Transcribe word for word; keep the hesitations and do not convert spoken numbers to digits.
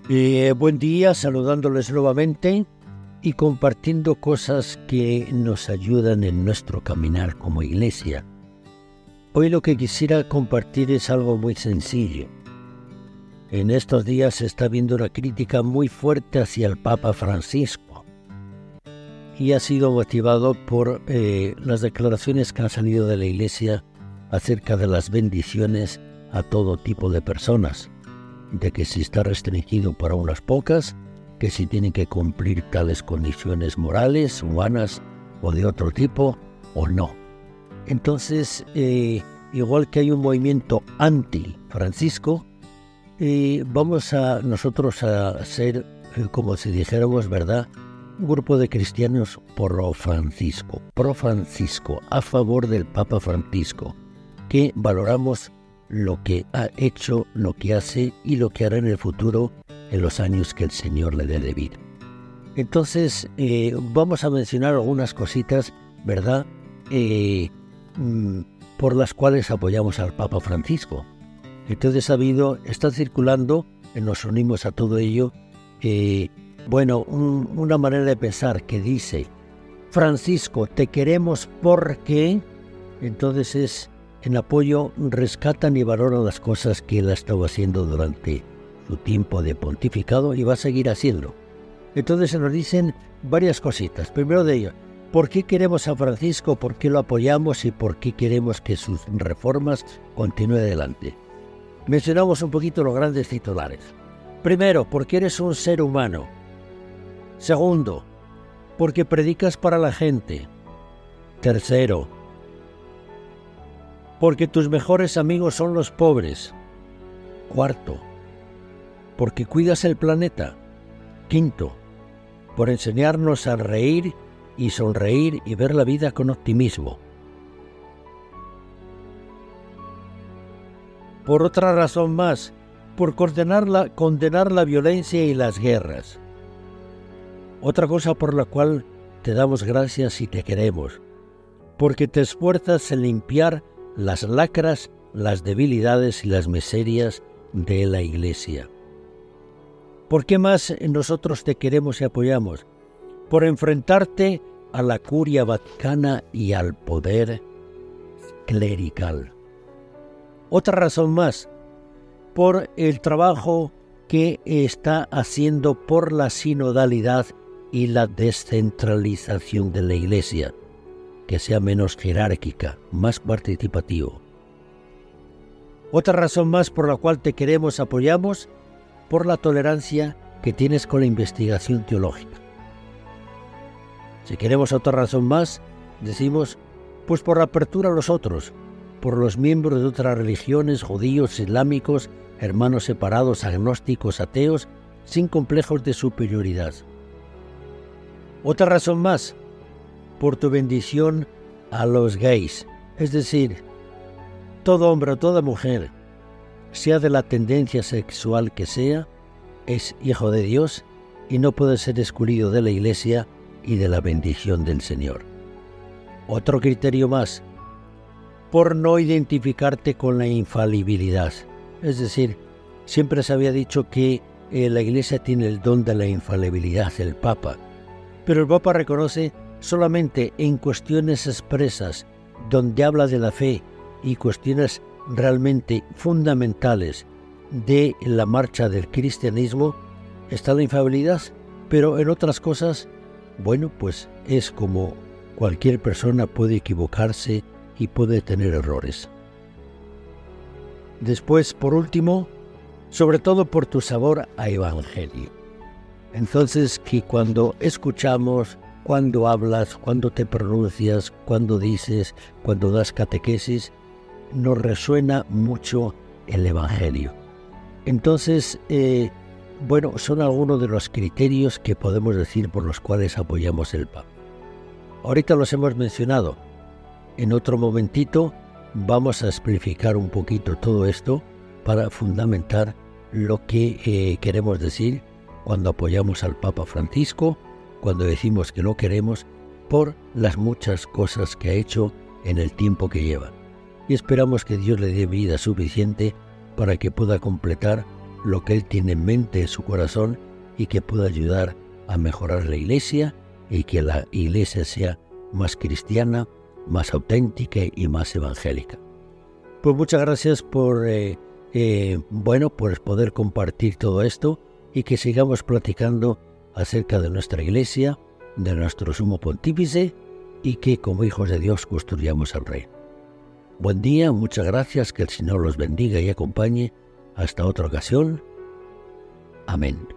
Eh, buen día, saludándoles nuevamente y compartiendo cosas que nos ayudan en nuestro caminar como iglesia. Hoy lo que quisiera compartir es algo muy sencillo. En estos días se está viendo una crítica muy fuerte hacia el Papa Francisco y ha sido motivado por eh, las declaraciones que han salido de la iglesia acerca de las bendiciones a todo tipo de personas, de que si está restringido para unas pocas, que si tienen que cumplir tales condiciones morales, humanas o de otro tipo, o no. Entonces, eh, igual que hay un movimiento anti-Francisco, eh, vamos a nosotros a ser, eh, como si dijéramos, ¿verdad?, un grupo de cristianos pro-Francisco, pro-Francisco, a favor del Papa Francisco, que valoramos lo que ha hecho, lo que hace y lo que hará en el futuro en los años que el Señor le dé de vida. Entonces, eh, vamos a mencionar algunas cositas, ¿verdad?, eh, mm, por las cuales apoyamos al Papa Francisco. Entonces ha habido, está circulando, eh, nos unimos a todo ello, eh, bueno, un, una manera de pensar que dice: Francisco, te queremos porque... Entonces es... en apoyo, rescatan y valoran las cosas que él ha estado haciendo durante su tiempo de pontificado y va a seguir haciendo. Entonces se nos dicen varias cositas. Primero de ello, ¿por qué queremos a Francisco? ¿Por qué lo apoyamos? ¿Y por qué queremos que sus reformas continúen adelante? Mencionamos un poquito los grandes titulares. Primero, porque eres un ser humano. Segundo, porque predicas para la gente. Tercero, porque tus mejores amigos son los pobres. Cuarto, porque cuidas el planeta. Quinto, por enseñarnos a reír y sonreír y ver la vida con optimismo. Por otra razón más, por condenar la, condenar la violencia y las guerras. Otra cosa por la cual te damos gracias y te queremos, porque te esfuerzas en limpiar las lacras, las debilidades y las miserias de la Iglesia. ¿Por qué más nosotros te queremos y apoyamos? Por enfrentarte a la curia vaticana y al poder clerical. Otra razón más, por el trabajo que está haciendo por la sinodalidad y la descentralización de la Iglesia, que sea menos jerárquica, más participativo. Otra razón más por la cual te queremos, apoyamos, por la tolerancia que tienes con la investigación teológica. Si queremos otra razón más, decimos, pues por la apertura a los otros, por los miembros de otras religiones, judíos, islámicos, hermanos separados, agnósticos, ateos, sin complejos de superioridad. Otra razón más, por tu bendición a los gays, es decir, todo hombre o toda mujer, sea de la tendencia sexual que sea, es hijo de Dios y no puede ser excluido de la Iglesia y de la bendición del Señor. Otro criterio más, por no identificarte con la infalibilidad, es decir, siempre se había dicho que eh, la Iglesia tiene el don de la infalibilidad, el Papa, pero el Papa reconoce solamente en cuestiones expresas, donde habla de la fe y cuestiones realmente fundamentales de la marcha del cristianismo, está la infalibilidad, pero en otras cosas, bueno, pues es como cualquier persona puede equivocarse y puede tener errores. Después, por último, sobre todo por tu sabor a evangelio. Entonces, que cuando escuchamos, cuando hablas, cuando te pronuncias, cuando dices, cuando das catequesis, nos resuena mucho el evangelio. Entonces, eh, bueno, son algunos de los criterios que podemos decir por los cuales apoyamos el Papa. Ahorita los hemos mencionado. En otro momentito vamos a explicar un poquito todo esto para fundamentar lo que eh, queremos decir cuando apoyamos al Papa Francisco, cuando decimos que lo queremos por las muchas cosas que ha hecho en el tiempo que lleva. Y esperamos que Dios le dé vida suficiente para que pueda completar lo que Él tiene en mente en su corazón y que pueda ayudar a mejorar la Iglesia y que la Iglesia sea más cristiana, más auténtica y más evangélica. Pues muchas gracias por, eh, eh, bueno, por poder compartir todo esto y que sigamos platicando acerca de nuestra Iglesia, de nuestro Sumo Pontífice y que como hijos de Dios construyamos el reino. Buen día, muchas gracias, que el Señor los bendiga y acompañe. Hasta otra ocasión. Amén.